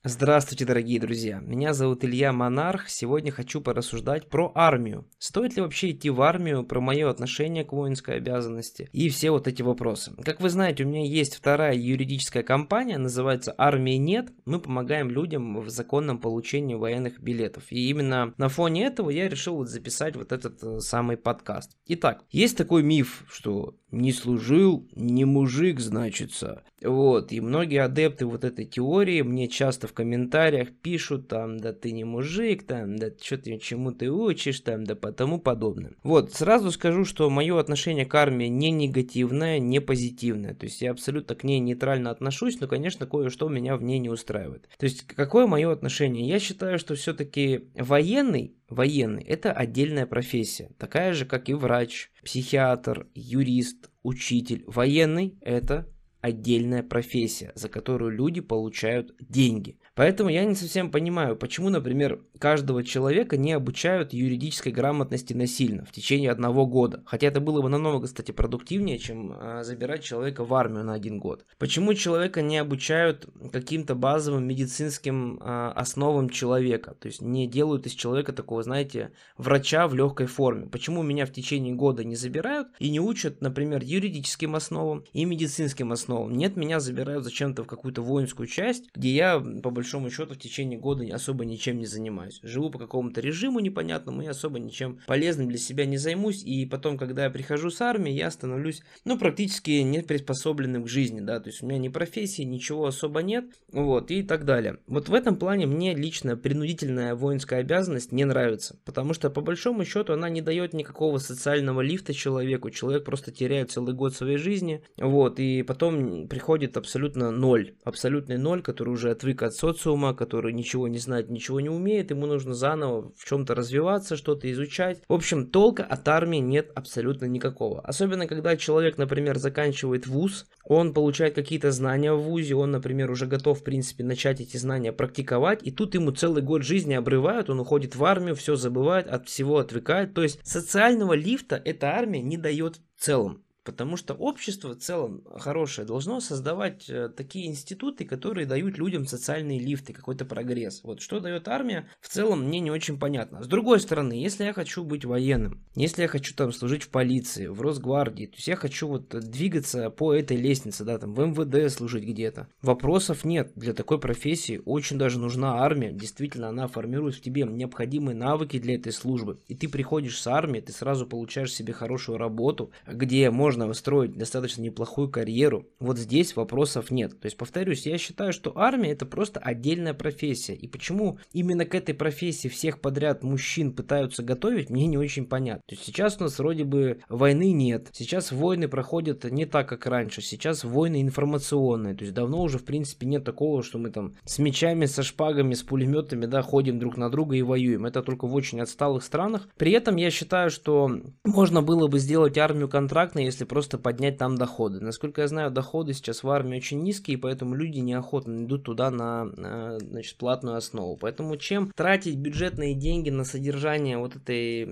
Здравствуйте, дорогие друзья! Меня зовут Илья Монарх. Сегодня хочу порассуждать про армию. Стоит ли вообще идти в армию, про мое отношение к воинской обязанности и все вот эти вопросы. Как вы знаете, у меня есть вторая юридическая компания, называется «Армии нет». Мы помогаем людям в законном получении военных билетов. И именно на фоне этого я решил записать вот этот самый подкаст. Итак, есть такой миф, что не служил, не мужик, значится. Вот, и многие адепты вот этой теории мне часто в комментариях пишут там, да ты не мужик, там, да что ты, чему ты учишь, там, да тому подобное. Вот, сразу скажу, что мое отношение к армии не негативное, не позитивное. То есть я абсолютно к ней нейтрально отношусь, но, конечно, кое-что меня в ней не устраивает. То есть какое мое отношение? Я считаю, что все-таки военный это отдельная профессия, такая же, как и врач, психиатр, юрист, учитель. Военный это отдельная профессия, за которую люди получают деньги. Поэтому я не совсем понимаю, почему, например, каждого человека не обучают юридической грамотности насильно в течение 1 года. Хотя это было бы намного, кстати, продуктивнее, чем забирать человека в армию на 1 год. Почему человека не обучают каким-то базовым медицинским основам человека? То есть не делают из человека такого, знаете, врача в легкой форме. Почему меня в течение года не забирают и не учат, например, юридическим основам и медицинским основам? Нет, меня забирают зачем-то в какую-то воинскую часть, где я, по большому счету, в течение года особо ничем не занимаюсь. Живу по какому-то режиму непонятному и особо ничем полезным для себя не займусь. И потом, когда я прихожу с армии, я становлюсь, практически не приспособленным к жизни, да, то есть у меня ни профессии, ничего особо нет, вот, и так далее. Вот в этом плане мне лично принудительная воинская обязанность не нравится, потому что, по большому счету, она не дает никакого социального лифта человеку, человек просто теряет целый год своей жизни, вот, и потом приходит абсолютно ноль, абсолютный ноль, который уже отвык от социума, который ничего не знает, ничего не умеет, ему нужно заново в чем-то развиваться, что-то изучать. В общем, толка от армии нет абсолютно никакого. Особенно, когда человек, например, заканчивает вуз, он получает какие-то знания в вузе, он, например, уже готов, в принципе, начать эти знания практиковать, и тут ему целый год жизни обрывают, он уходит в армию, все забывает, от всего отвыкает. То есть социального лифта эта армия не дает в целом. Потому что общество в целом хорошее должно создавать такие институты, которые дают людям социальные лифты, какой-то прогресс. Вот что дает армия, в целом мне не очень понятно. С другой стороны, если я хочу быть военным, если я хочу там служить в полиции, в Росгвардии, то есть я хочу вот двигаться по этой лестнице, да, там в МВД служить где-то, вопросов нет. Для такой профессии очень даже нужна армия. Действительно, она формирует в тебе необходимые навыки для этой службы. И ты приходишь с армии, ты сразу получаешь себе хорошую работу, где можно строить достаточно неплохую карьеру. Вот здесь вопросов нет. То есть, повторюсь, я считаю, что армия это просто отдельная профессия. И почему именно к этой профессии всех подряд мужчин пытаются готовить, мне не очень понятно. То есть сейчас у нас вроде бы войны нет. Сейчас войны проходят не так, как раньше. Сейчас войны информационные. То есть давно уже в принципе нет такого, что мы там с мечами, со шпагами, с пулеметами, да, ходим друг на друга и воюем. Это только в очень отсталых странах. При этом я считаю, что можно было бы сделать армию контрактной, если просто поднять там доходы. Насколько я знаю, доходы сейчас в армии очень низкие, и поэтому люди неохотно идут туда на платную основу. Поэтому чем тратить бюджетные деньги на содержание вот этой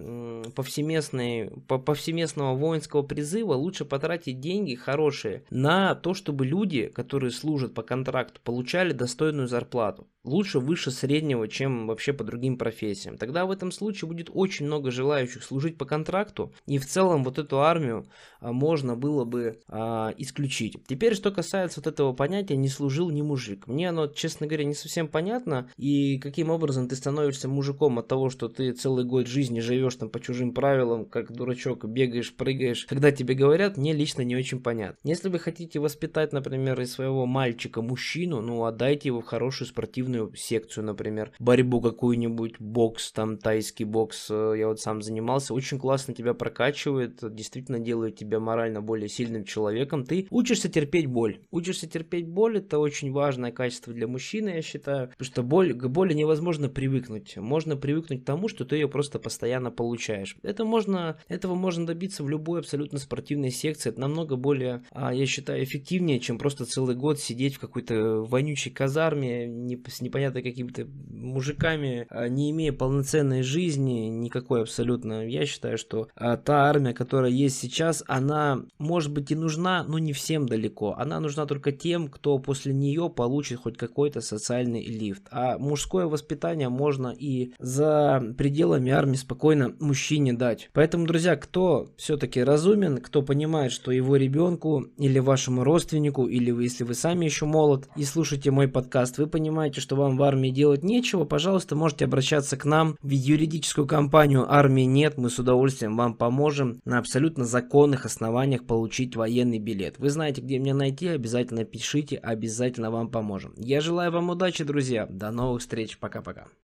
повсеместного воинского призыва, лучше потратить деньги хорошие на то, чтобы люди, которые служат по контракту, получали достойную зарплату. Лучше выше среднего, чем вообще по другим профессиям. Тогда в этом случае будет очень много желающих служить по контракту, и в целом вот эту армию можно было бы исключить. Теперь, что касается вот этого понятия «не служил, не мужик». Мне оно, честно говоря, не совсем понятно, и каким образом ты становишься мужиком от того, что ты целый год жизни живешь там по чужим правилам, как дурачок, бегаешь, прыгаешь. Когда тебе говорят, мне лично не очень понятно. Если вы хотите воспитать, например, из своего мальчика мужчину, отдайте его в хорошую спортивную секцию, например, борьбу какую-нибудь, бокс, там, тайский бокс, я вот сам занимался, очень классно тебя прокачивает, действительно делает тебя морально более сильным человеком, ты учишься терпеть боль. Учишься терпеть боль, это очень важное качество для мужчины, я считаю, потому что к боли невозможно привыкнуть. Можно привыкнуть к тому, что ты ее просто постоянно получаешь. Этого можно добиться в любой абсолютно спортивной секции. Это намного более, я считаю, эффективнее, чем просто целый год сидеть в какой-то вонючей казарме, с непонятно какими-то мужиками, не имея полноценной жизни, никакой абсолютно. Я считаю, что та армия, которая есть сейчас, она она может быть и нужна, но не всем далеко. Она нужна только тем, кто после нее получит хоть какой-то социальный лифт. А мужское воспитание можно и за пределами армии спокойно мужчине дать. Поэтому, друзья, кто все-таки разумен, кто понимает, что его ребенку или вашему родственнику, или вы, если вы сами еще молод и слушаете мой подкаст, вы понимаете, что вам в армии делать нечего, пожалуйста, можете обращаться к нам в юридическую компанию «Армии нет». Мы с удовольствием вам поможем на абсолютно законных основаниях получить военный билет. Вы знаете, где меня найти, обязательно пишите, обязательно вам поможем. Я желаю вам удачи, друзья. До новых встреч. Пока-пока.